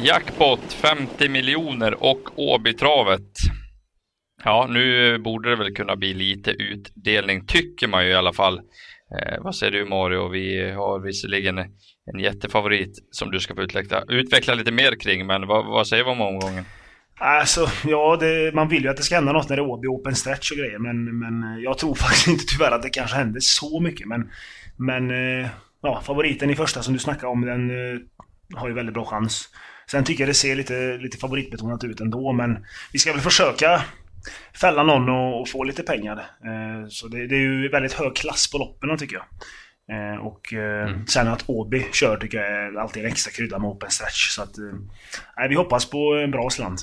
Jackpot 50 miljoner och Åbytravet. Ja, nu borde det väl kunna bli lite utdelning, tycker man ju i alla fall. Vad säger du, Mario? Vi har visserligen en jättefavorit som du ska få utveckla lite mer kring, men vad säger vi om omgången? Alltså, ja, man vill ju att det ska hända något när det är Åby open stretch och grejer, men jag tror faktiskt inte tyvärr att det kanske händer så mycket. Men ja, favoriten i första som du snackade om, den har ju väldigt bra chans. Sen tycker jag det ser lite favoritbetonat ut ändå, men vi ska väl försöka fälla någon och få lite pengar. Så det är ju väldigt hög klass på loppen, tycker jag. Sen att Åby kör tycker jag är alltid en extra krydda med open stretch. Så att vi hoppas på en bra slant.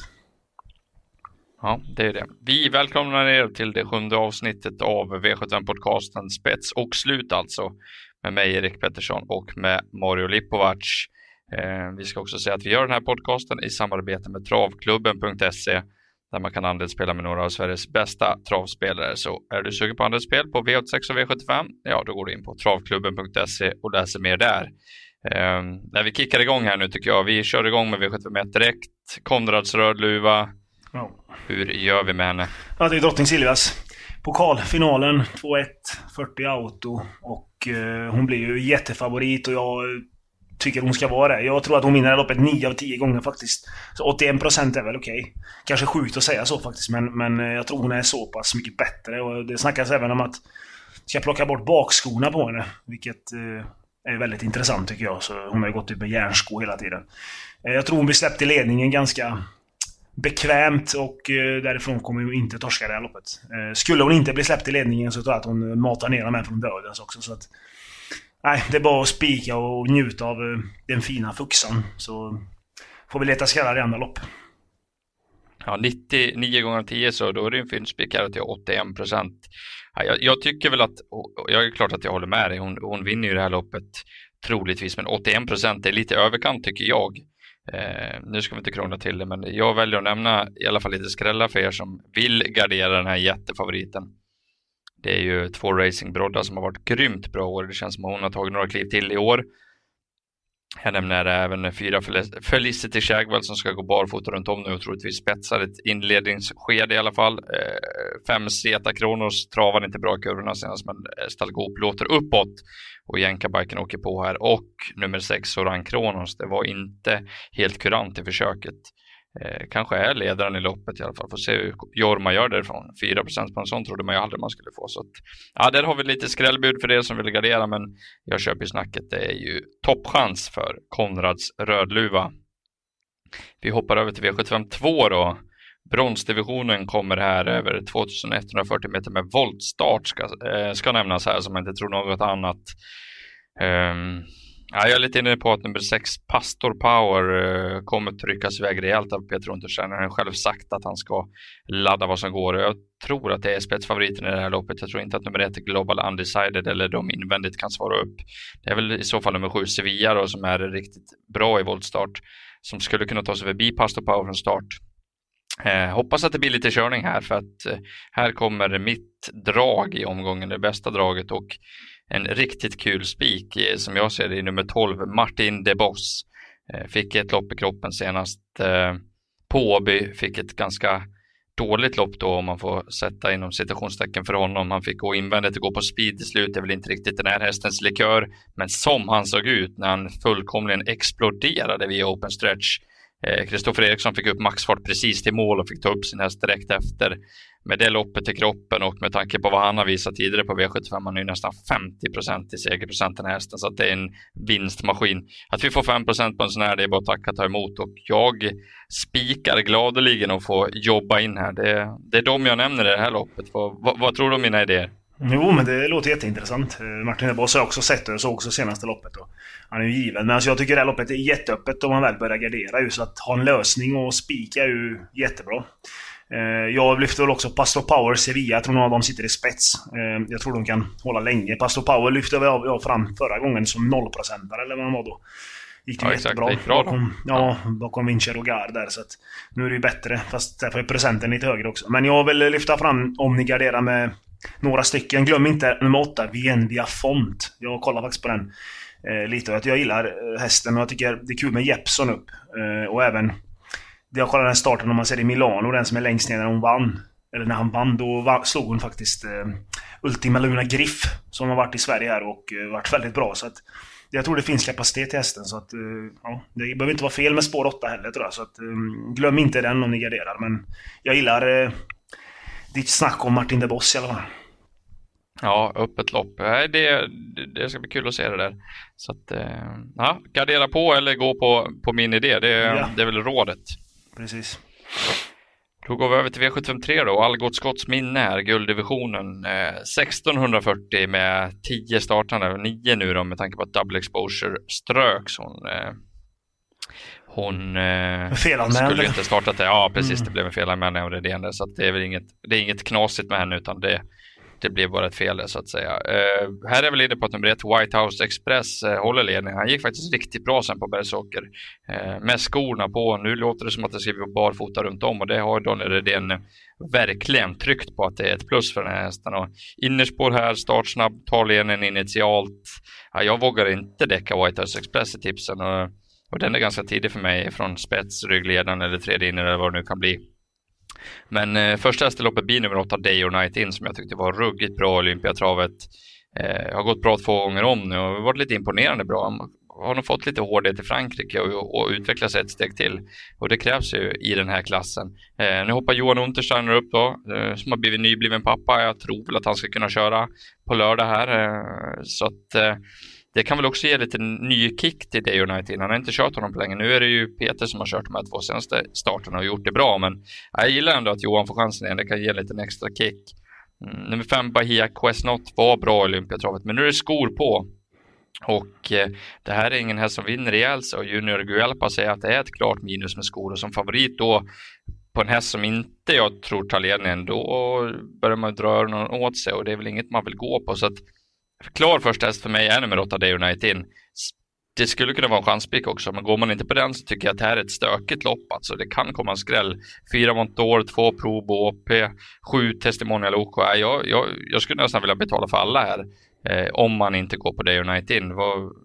Ja, det är det. Vi välkomnar er till det 7:e avsnittet av V75-podcasten Spets och slut, alltså med mig Erik Pettersson och med Mario Lipovac. Vi ska också säga att vi gör den här podcasten i samarbete med travklubben.se, där man kan andelsspela med några av Sveriges bästa travspelare. Så är du sugen på andelsspel på V86 och V75, ja då går du in på travklubben.se och läser mer där. När vi kickar igång här nu tycker jag, vi kör igång med V75 direkt. Konrads Rödluva. Ja. Hur gör vi med henne? Ja, det är Drottning Silvias pokalfinalen, 2-1, 40 auto, och hon blir ju jättefavorit, och jag tycker hon ska vara det. Jag tror att hon vinner loppet 9 av 10 gånger faktiskt. Så 81% är väl okej. Kanske sjukt att säga så faktiskt, men jag tror hon är så pass mycket bättre, och det snackas även om att ska plocka bort bakskorna på henne, vilket är väldigt intressant tycker jag. Så hon har ju gått ut med järnsko hela tiden. Jag tror hon blir släppt i ledningen ganska bekvämt, och därifrån kommer hon inte torska det här loppet. Skulle hon inte bli släppt i ledningen så tror jag att hon matar ner dem här från dödens också. Så att, nej, det är bara att spika och njuta av den fina fuxan, så får vi leta skallar i andra lopp. Ja, 99 gånger 10, så då är det en fin spik här till 81%. Ja, jag tycker väl att, jag är klart att jag håller med dig, hon vinner ju det här loppet troligtvis, men 81% är lite överkant tycker jag. Nu ska vi inte krångla till det, men jag väljer att nämna i alla fall lite skrällar för er som vill gardera den här jättefavoriten. Det är ju 2 racingbroddar som har varit grymt bra år. Det känns som att hon har tagit några kliv till i år. Jag nämner även 4 Felicity Shagwell som ska gå barfota runt om nu och troligtvis spetsar ett inledningsskede i alla fall. 5 Zeta Kronos travar inte bra kurvorna senast, men Stalgop låter uppåt och Jänkabiken åker på här. Och nummer 6 Oran Kronos, det var inte helt kurant i försöket. Kanske är ledaren i loppet i alla fall. Får se hur Jorma gör därifrån. 4% på en sån trodde man ju aldrig man skulle få. Så att, ja, där har vi lite skrällbud för det som vill gardera. Men jag köper ju snacket. Det är ju toppchans för Konrads Rödluva. Vi hoppar över till V75 då. Bronsdivisionen kommer här över 2140 meter med voltstart ska nämnas här, som man inte tror något annat. Ja, jag är lite inne på att nummer 6 Pastor Power kommer tryckas iväg rejält av Peter Untersteiner. Han har själv sagt att han ska ladda vad som går. Jag tror att det är spetsfavoriten i det här loppet. Jag tror inte att nummer 1 Global Undecided eller de invändigt kan svara upp. Det är väl i så fall nummer 7 Sevilla då, som är riktigt bra i voltstart, som skulle kunna ta sig förbi Pastor Power från start. Hoppas att det blir lite körning här, för att här kommer mitt drag i omgången, det bästa draget, och en riktigt kul spik som jag ser det i nummer 12 Martin de Boss. Fick ett lopp i kroppen senast på Åby, fick ett ganska dåligt lopp då, om man får sätta inom citationstecken för honom. Han fick gå invändigt och gå på speed i slut. Det är väl inte riktigt den här hästens likör, men som han såg ut när han fullkomligen exploderade via open stretch. Kristoffer Eriksson fick upp maxfart precis till mål och fick ta upp sin häst direkt efter. Med det loppet i kroppen och med tanke på vad han har visat tidigare på V75, han är ju nästan 50% i segerprocent den här hästen, så att det är en vinstmaskin. Att vi får 5% på en sån här, det är bara att tacka, ta emot, och jag spikar gladeligen och får jobba in här. Det är de jag nämner i det här loppet. Vad tror du om mina idéer? Jo, men det låter jätteintressant. Martin de Boss har jag också sett det, så också senaste loppet då. Han är ju given, men alltså jag tycker det här loppet är jätteöppet om man väl börjar gardera ju, så att ha en lösning och spika är ju jättebra. Jag lyfter väl också Pastor Power Sevilla. Jag tror någon av dem sitter i spets. Jag tror de kan hålla länge. Pastor Power lyfte jag fram förra gången som 0% eller vad han var då. Gick det jättebra. Bakom Vincher och Gard där, så att nu är det ju bättre, fast därför är procenten lite högre också. Men jag vill lyfta fram, om ni garderar med några stycken, glöm inte nummer 8 Vienvia Font. Jag kollar faktiskt på den. lite. Och jag gillar hästen och jag tycker det är kul med Jeppson upp. Och även, jag kollade den starten om man ser i Milano, den som är längst ner när hon vann. Eller när han vann, då slog hon faktiskt Ultima Luna Griff som har varit i Sverige här och varit väldigt bra. Så att jag tror det finns kapacitet i hästen. Så att, ja, det behöver inte vara fel med spår 8 heller tror jag. Så att, glöm inte den om ni garderar. Men jag gillar ditt snack om Martin de Boss i alla fall. Ja, öppet lopp. Det ska bli kul att se det där. Så att, ja, gardera på eller gå på min idé. Det är väl rådet. Precis. Då går vi över till V753 då. Algot Scotts minne här, gulddivisionen. 1640 med 10 startande, 9 nu då med tanke på att Double Exposure ströks. Hon skulle inte startat det. Ja, precis. Det blev en felanmälning av det. Så att det är väl inget knasigt med henne, utan det blev bara ett fel så att säga. Här är väl inne på att nummer 1 White House Express håller ledningen. Han gick faktiskt riktigt bra sen på Bergsåker. Med skorna på. Nu låter det som att det ska bli barfota runt om. Och det har Daniel Redén verkligen tryckt på att det är ett plus för den här hästen. Och innerspår här, startsnabb, tar ledningen initialt. Ja, jag vågar inte däcka White House Express i tipsen. Och den är ganska tidig för mig från spets, ryggledaren eller tredje in eller vad det nu kan bli. Men första hästloppet blir nummer 8 Day or Night In som jag tyckte var ruggigt bra i Olympiatravet. Har gått bra 2 gånger om nu och varit lite imponerande bra. Har nog fått lite hårdhet i Frankrike och utvecklat sig ett steg till. Och det krävs ju i den här klassen. Nu hoppar Johan Untersteiner upp då, som har blivit nybliven pappa. Jag tror väl att han ska kunna köra på lördag här. Så att det kan väl också ge lite ny kick till Day or Night In. Han har inte kört honom på länge. Nu är det ju Peter som har kört de här 2 senaste starterna och gjort det bra. Men jag gillar ändå att Johan får chansen igen. Det kan ge lite en extra kick. Nummer 5 Bahia Quest Not var bra i Olympiatravet. Men nu är det skor på. Och det här är ingen häst som vinner ihjäl sig. Och Junior Guelpa säger att det är ett klart minus med skor. Och som favorit då på en häst som inte jag tror tar ledningen, då börjar man dra öronen åt sig. Och det är väl inget man vill gå på. Så att klar första häst för mig är nummer 8 Day or Night In. Det skulle kunna vara en chanspik också, men går man inte på den så tycker jag att det här är ett stökigt lopp. Alltså det kan komma en skräll. 4 Montor, 2 Probo, OP, 7 Testimonial OK. Jag skulle nästan vilja betala för alla här. Om man inte går på Day or Night In.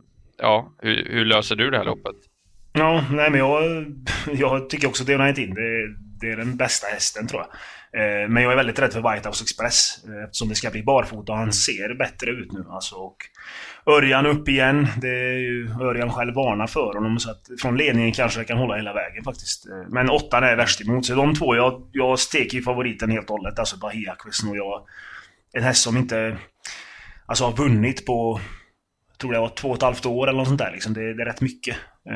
Hur löser du det här loppet? Ja, nej men jag tycker också Day or Night In. Det är den bästa hästen tror jag. Men jag är väldigt rädd för White House Express eftersom det ska bli barfota och han ser bättre ut nu alltså. Och Örjan upp igen, det är ju Örjan själv varnar för honom, så att från ledningen kanske jag kan hålla hela vägen faktiskt. Men 8 är värst emot, så de två jag steker i favoriten helt och hållet, alltså Bahia Quest och jag. En häst som inte har vunnit på, jag tror det var 2,5 år eller något sånt där liksom. Det är rätt mycket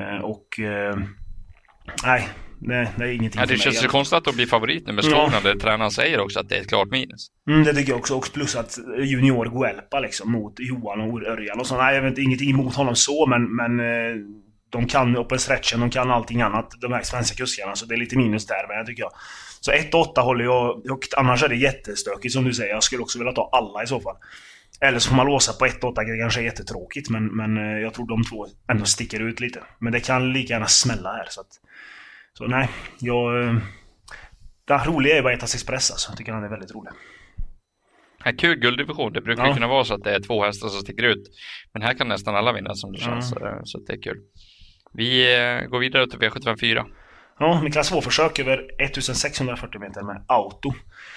nej, det är ingenting för det mig. känns så konstigt att bli favorit nu med skorna. Där tränaren säger också att det är ett klart minus. Det tycker jag också. Och plus att Junior Guelpa liksom mot Johan och Örjan och så. Nej, jag vet ingenting emot honom så, men de kan open stretchen, de kan allting annat, de här svenska kuskarna, så det är lite minus där, men jag tycker jag. Så 1-8 håller jag, och annars är det jättestökigt som du säger. Jag skulle också vilja ta alla i så fall. Eller så får man låsa på 1-8, det kanske är jättetråkigt, men jag tror de två ändå sticker ut lite. Men det kan lika gärna smälla här, så nej, det roliga är bara Etas Express alltså. Jag tycker han är väldigt rolig. Kul gulddivision. Det brukar kunna vara så att det är 2 hästar som sticker ut. Men här kan nästan alla vinna som det känns. Så det är kul. Vi går vidare till V754. Ja, med klass 2-försök över 1640 meter med auto.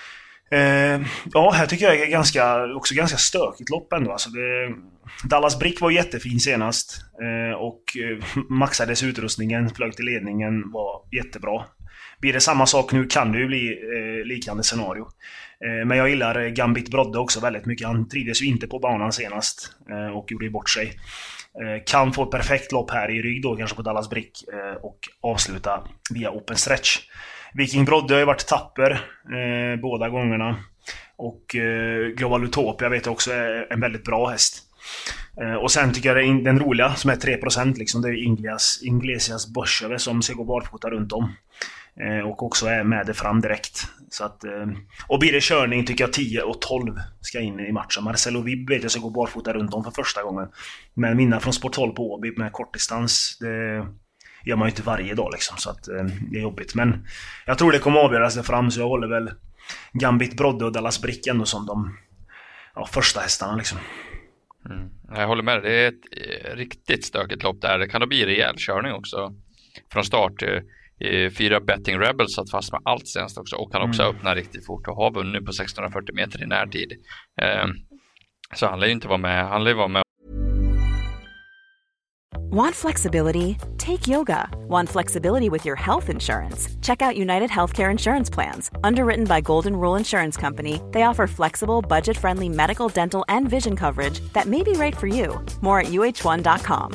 Här tycker jag är också ganska stökigt lopp ändå. Alltså Dallas Brick var jättefin senast och maxades utrustningen, flög till ledningen, var jättebra. Blir det samma sak nu kan det ju bli liknande scenario. Men jag gillar Gambit Brodde också väldigt mycket. Han trivdes ju inte på banan senast och gjorde bort sig. Kan få ett perfekt lopp här i rygg då, kanske på Dallas Brick, och avsluta via open stretch. Viking Brodde har ju varit tapper båda gångerna. Och Global Utopia vet jag också är en väldigt bra häst. Och sen tycker jag den roliga som är 3% liksom, det är Inglesias Börsöver som ska gå barfota runt om. Och också är med det fram direkt. Så att, och blir det körning tycker jag 10 och 12 ska in i matchen. Marcelo Vibb vet jag ska gå barfota runt om för första gången. Men vinna från Sport 12 på Åby med kortdistans, det gör man ju inte varje dag liksom, så att det är jobbigt. Men jag tror det kommer avgöras där fram, så jag håller väl Gambit Brodde och Dallas Brick ändå som de första hästarna liksom. Jag håller med dig. Det är ett riktigt stökigt lopp där. Det kan då bli rejäl körning också från start. 4 Betting Rebels satt fast med allt senast också och kan också öppna riktigt fort och har vunnit på 1640 meter i närtid. Så han lär ju inte vara med. Han lär vara med. Want flexibility? Take yoga. Want flexibility with your health insurance? Check out United Healthcare Insurance Plans. Underwritten by Golden Rule Insurance Company, they offer flexible, budget-friendly medical, dental, and vision coverage that may be right for you. More at uh1.com.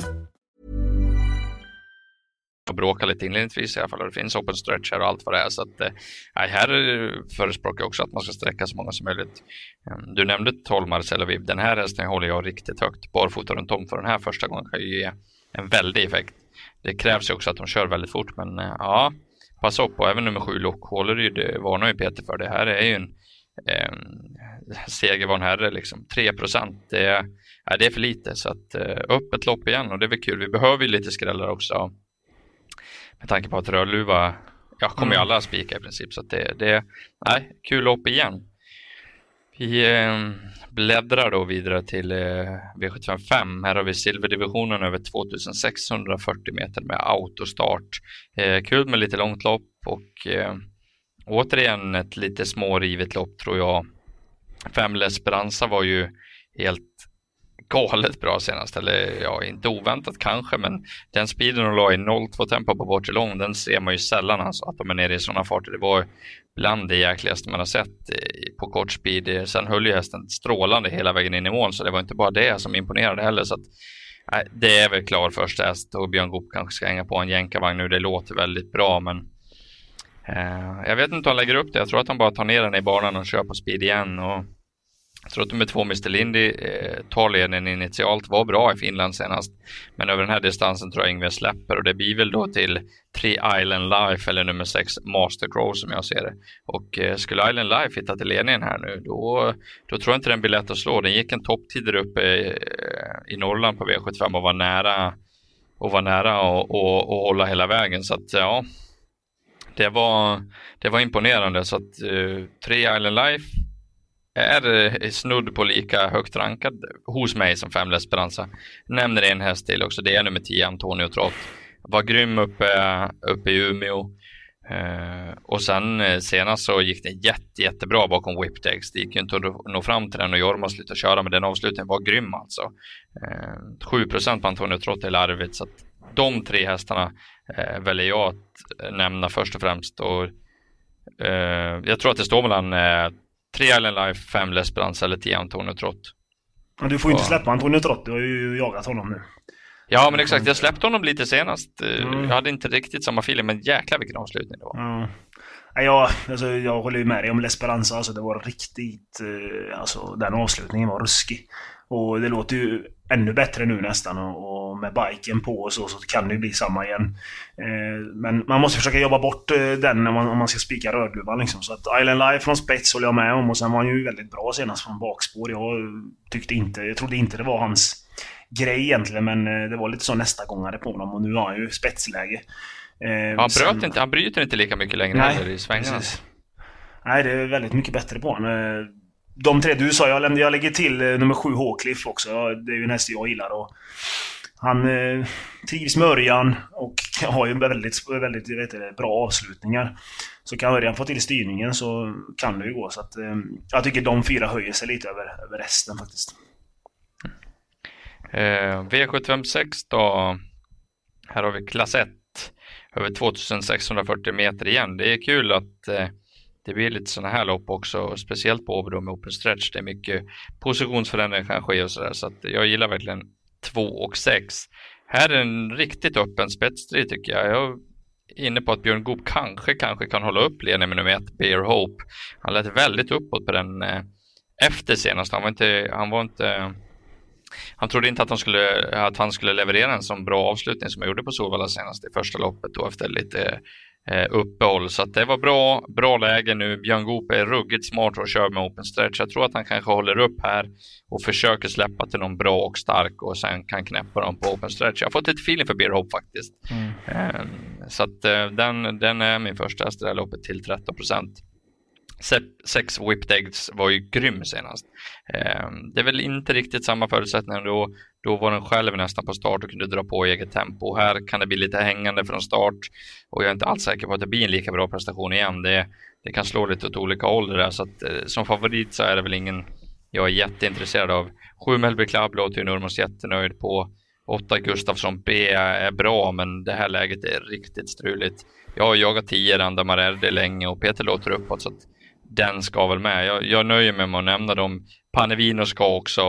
Och bråka lite inledningsvis i alla fall. Det finns open stretch här och allt vad det är. Så att, här förespråkar jag också att man ska sträcka så många som möjligt. Du nämnde 12 Marcel Viv. Den här hästen håller jag riktigt högt. Barfota runt om för den här första gången kan ju ge en väldig effekt. Det krävs ju också att de kör väldigt fort. Men ja, pass upp. Och även nummer 7 Lockhåller ju, det varnar ju Peter för. Det här är ju en segervan herre liksom. 3%. Det är för lite. Så att upp ett lopp igen och det är väl kul. Vi behöver ju lite skrällar också. Med tanke på att Rödluva, kommer ju alla spika i princip. Så att det kul lopp igen. Vi bläddrar då vidare till V755. Här har vi silverdivisionen över 2640 meter med autostart. Kul med lite långt lopp och återigen ett lite smårivet lopp tror jag. 5 L'Esperanza var ju helt galet bra senast, eller inte oväntat kanske, men den speeden de la i 0-2 tempo på bortre lång, den ser man ju sällan alltså, att de är nere i sådana farter. Det var bland det jäkligaste man har sett på kort speed. Sen höll ju hästen strålande hela vägen in i mål, så det var inte bara det som imponerade heller. Så att, det är väl klar första häst och Björn Goop kanske ska hänga på en jänkarvagn nu. Det låter väldigt bra, men jag vet inte hur han lägger upp det. Jag tror att han bara tar ner den i banan och kör på speed igen. Och jag tror att nummer 2 Mr. Lindy tar ledningen initialt, var bra i Finland senast. Men över den här distansen tror jag Ingvar släpper. Och det blir väl då till 3 Island Life eller nummer 6 Master Crow som jag ser det. Och skulle Island Life hitta till ledningen här nu, då tror jag inte den blir lätt att slå. Den gick en topptid där uppe i Norrland på V75 och var nära och hålla hela vägen. Så att ja, det var imponerande. Så att 3 Island Life är snudd på lika högt rankad hos mig som 5 L'Esperanza. Nämner en häst till också. Det är nummer 10 Antonio Trott. Var grym uppe i Umeå. Och sen senast så gick det jättebra bakom Whiptex. Det gick ju inte att nå fram till den och Jorma slutade köra, men den avslutningen var grym alltså. 7% på Antonio Trott eller Arvid. Så att de 3 hästarna väljer jag att nämna först och främst. Och jag tror att det står mellan 3 Island Life, 5 L'Esperanza eller 10 Antonio Trott. Men du får ju inte släppa Antonio Trott. Du har ju jagat honom nu. Ja, men exakt. Jag släppte honom lite senast. Jag hade inte riktigt samma feeling, men jäklar vilken avslutning det var. Jag håller ju med dig om L'Esperanza. Alltså, det var riktigt... den avslutningen var ruskig. Och det låter ju ännu bättre nu nästan. Och med biken på och så kan det ju bli samma igen. Men man måste försöka jobba bort den om man ska spika Rödluvan liksom. Så att Island Life från spets håller jag med om. Och sen var han ju väldigt bra senast från bakspår. Jag trodde inte det var hans grej egentligen. Men det var lite så nästa gång på honom. Och nu har han ju spetsläge. Han bryter inte lika mycket längre i svängen. Nej, det är väldigt mycket bättre på honom. De 3 du sa, jag lägger till nummer 7 Håkliff också. Det är ju nästan jag gillar. Och han trivs med Örjan och har ju väldigt bra avslutningar. Så kan Örjan få till styrningen så kan det ju gå. Så att, jag tycker de 4 höjer sig lite över resten faktiskt. V756 då. Här har vi klass 1. Över 2640 meter igen. Det är kul att... Det blir lite sådana här lopp också, speciellt på Åby med open stretch. Det är mycket positionsförändringar kan ske och sådär. Så att jag gillar verkligen 2 och 6. Här är en riktigt öppen spetsstrid tycker jag. Jag är inne på att Björn Goop kanske kan hålla upp ledningen med nummer 1 Bear Hope. Han lät väldigt uppåt på den efter senast. Han trodde inte att han skulle leverera en sån bra avslutning som jag gjorde på Solvalla senast i första loppet då efter lite uppehåll. Så att det var bra läge nu. Björn Goop är ruggigt smart och kör med open stretch. Jag tror att han kanske håller upp här och försöker släppa till någon bra och stark och sen kan knäppa dem på open stretch. Jag har fått lite feeling för Bear Hope faktiskt. Så att den är min första häst i det här loppet till 13%. 6 Whipped Eggs var ju grym senast. Det är väl inte riktigt samma förutsättningar då var den själv nästan på start och kunde dra på eget tempo. Här kan det bli lite hängande från start och jag är inte alls säker på att det blir en lika bra prestation igen. Det kan slå lite åt olika håll där, så att som favorit så är det väl ingen jag är jätteintresserad av. 7 Melby Club låter ju Nurmos jättenöjd på. 8 Gustafsson B är bra, men det här läget är riktigt struligt. Jag har jagat 10 Randa Marerde länge och Peter låter uppåt, så att den ska väl med. Jag nöjer mig med att nämna dem. Panevino ska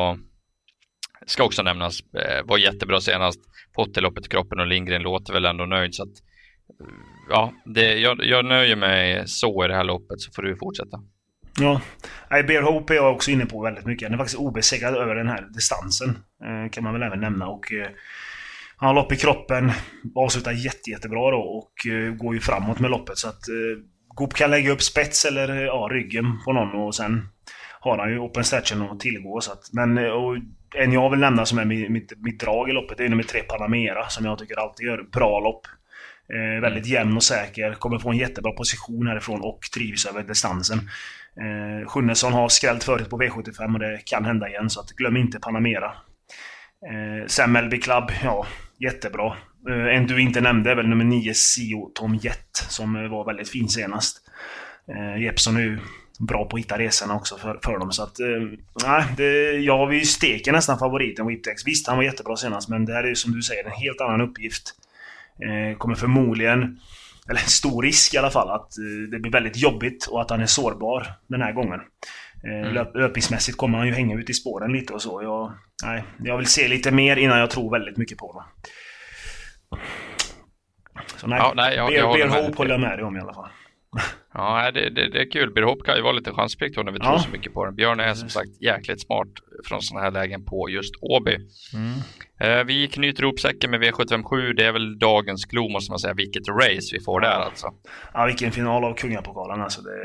också nämnas. Var jättebra senast. Fått till loppet i kroppen och Lindgren låter väl ändå nöjd. Så att, ja, jag nöjer mig så i det här loppet, så får du fortsätta. Ja, Bear Hope är jag också inne på väldigt mycket. Han är faktiskt obesegrad över den här distansen, kan man väl även nämna. Och han har lopp i kroppen, avslutar jättebra då och går ju framåt med loppet. Så att Goop kan lägga upp spets eller ryggen på någon och sen har han ju open stretchen att tillgå. Så att, men och en jag vill nämna som är mitt drag i loppet, det är nummer 3 Panamera, som jag tycker alltid gör bra lopp. Väldigt jämn och säker, kommer få en jättebra position härifrån och trivs över distansen. Sjunnesson har skrällt förut på V75 och det kan hända igen, så att glöm inte Panamera. Sen Melby Club, ja, jättebra. En du inte nämnde är väl nummer 9 Sio Tom Jett, som var väldigt fin senast. Jeppson är ju bra på att hitta resorna också för dem, så att jag vill ju steka nästan favoriten Whiptex. Visst, han var jättebra senast, men det här är ju som du säger en helt annan uppgift. Kommer förmodligen, eller stor risk i alla fall, att det blir väldigt jobbigt och att han är sårbar den här gången. Löpningsmässigt kommer han ju hänga ut i spåren lite och så. Jag vill se lite mer innan jag tror väldigt mycket på honom. Så Bear Hope håller jag med dig om i alla fall. Ja, det är kul. Bear Hope kan ju vara lite chansplikt när vi tror så mycket på den. Björn är som sagt jäkligt smart från sådana här lägen på just Åby. Vi knyter ihop säcken med V757. Det är väl dagens klo, måste man säga. Vilket race vi får där alltså. Ja, vilken final av Kungapokalen. Alltså det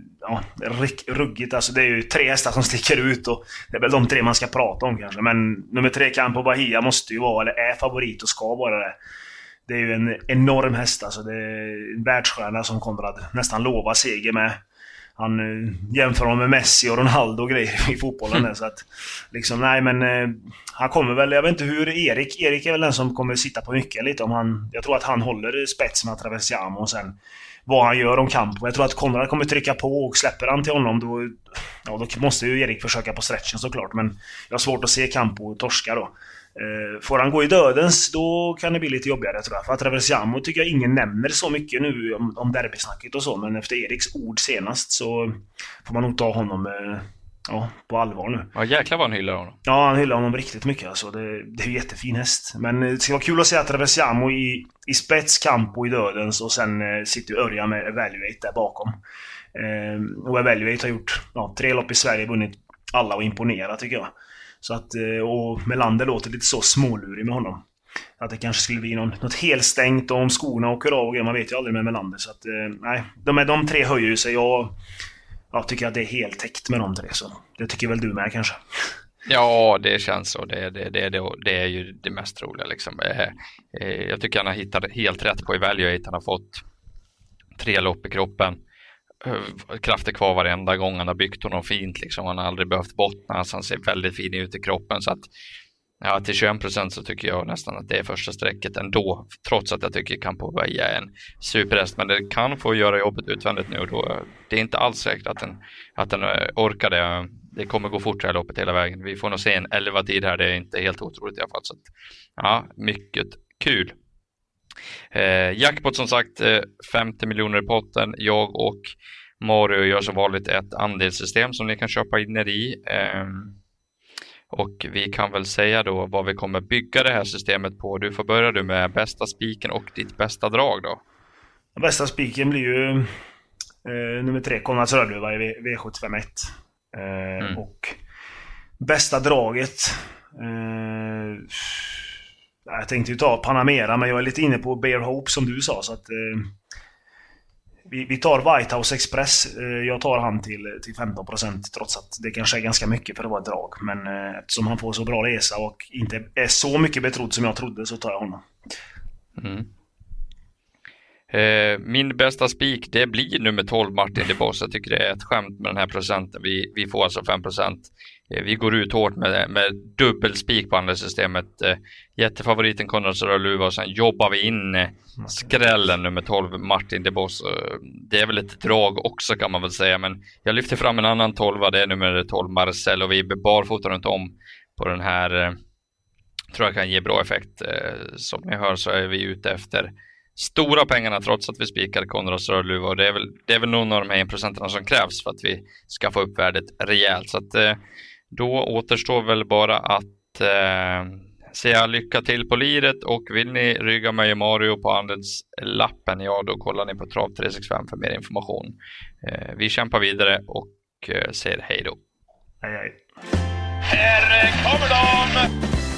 är ruggigt. Alltså det är ju 3 hästar som sticker ut och det är väl de 3 man ska prata om kanske. Men nummer 3 Campo Bahia måste ju vara, eller är favorit och ska vara det. Det är ju en enorm häst, alltså det är en världsstjärna som Konrad nästan lovar seger med. Han jämför honom med Messi och Ronaldo och grejer i fotbollen. Så att, liksom, han kommer väl, jag vet inte hur Erik är väl den som kommer sitta på nyckeln lite. Jag tror att han håller spetsen med Traversiamo och sen vad han gör om Campo. Jag tror att Konrad kommer trycka på och släpper han till honom då måste ju Erik försöka på stretchen såklart, men jag har svårt att se Campo torska då. Får han gå i dödens, då kan det bli lite jobbigare tror jag. För att Traversiamo tycker jag ingen nämner så mycket nu om derbysnacket och så, men efter Eriks ord senast så får man nog ta honom på allvar nu. Ja, jäklar vad han hyllar honom. Ja, han hyllar honom riktigt mycket alltså. Det är en jättefin häst. Men det ska vara kul att se att Traversiamo i spets, Campo i dödens och sen sitter Örjan med Evaluate där bakom. Och Evaluate har gjort 3 lopp i Sverige, vunnit alla och imponerat tycker jag. Så att, och Melander låter lite så smålurig med honom. Att det kanske skulle bli något helstängt och om skorna åker av och grejer, man vet ju aldrig med Melander. Så att, de 3 höjer ju sig. Jag tycker att det är helt täckt med de 3. Så det tycker väl du med kanske? Ja, det känns så. Det är ju det mest roliga liksom. Jag tycker han har hittat helt rätt på Evaluate. Han har fått 3 lopp i kroppen. Krafter kvar varenda gång. Han har byggt honom fint liksom. Han har aldrig behövt bottna, så han ser väldigt fin ut i kroppen. Så att till 21% så tycker jag nästan att det är första sträcket ändå, trots att jag tycker Campo Bahia är en superhäst. Men det kan få göra jobbet utvändigt nu och då, det är inte alls säkert att den orkar det. Det kommer gå fort det här loppet hela vägen. Vi får nog se en 11-tid här. Det är inte helt otroligt i alla fall. Så att, mycket kul. Jackpot som sagt, 50 miljoner i potten. Jag och Mario gör som vanligt ett andelssystem som ni kan köpa in i. Och vi kan väl säga då vad vi kommer bygga det här systemet på. Du får börja med bästa spiken och ditt bästa drag då. Bästa spiken blir ju nummer 3 Konrads Rödluva i V751. Och bästa draget jag tänkte ju ta Panamera, men jag är lite inne på Bear Hope som du sa, så att vi tar White House Express. Jag tar han till 15%, trots att det kanske är ganska mycket för att vara ett drag, men eftersom han får så bra resa och inte är så mycket betrodd som jag trodde, så tar jag honom. Min bästa spik, det blir nummer 12 Martin DeBoss. Jag tycker det är ett skämt med den här procenten. Vi får alltså 5%. Vi går ut hårt med dubbelspik på andra systemet. Jättefavoriten Konrad Sörluva och sen jobbar vi in skrällen nummer 12 Martin DeBoss. Det är väl ett drag också kan man väl säga, men jag lyfter fram en annan 12, det är nummer 12 Marcel, och vi barfotar runt om på den här. Tror jag kan ge bra effekt. Som ni hör så är vi ute efter stora pengarna trots att vi spikar Konrad Sörluva, och det är väl någon av de här 1% som krävs för att vi ska få upp värdet rejält. Så att då återstår väl bara att säga lycka till på liret, och vill ni rygga mig och Mario på andelslappen, ja då kollar ni på Trav 365 för mer information. Vi kämpar vidare och säger hej då. Hej hej. Här kommer de!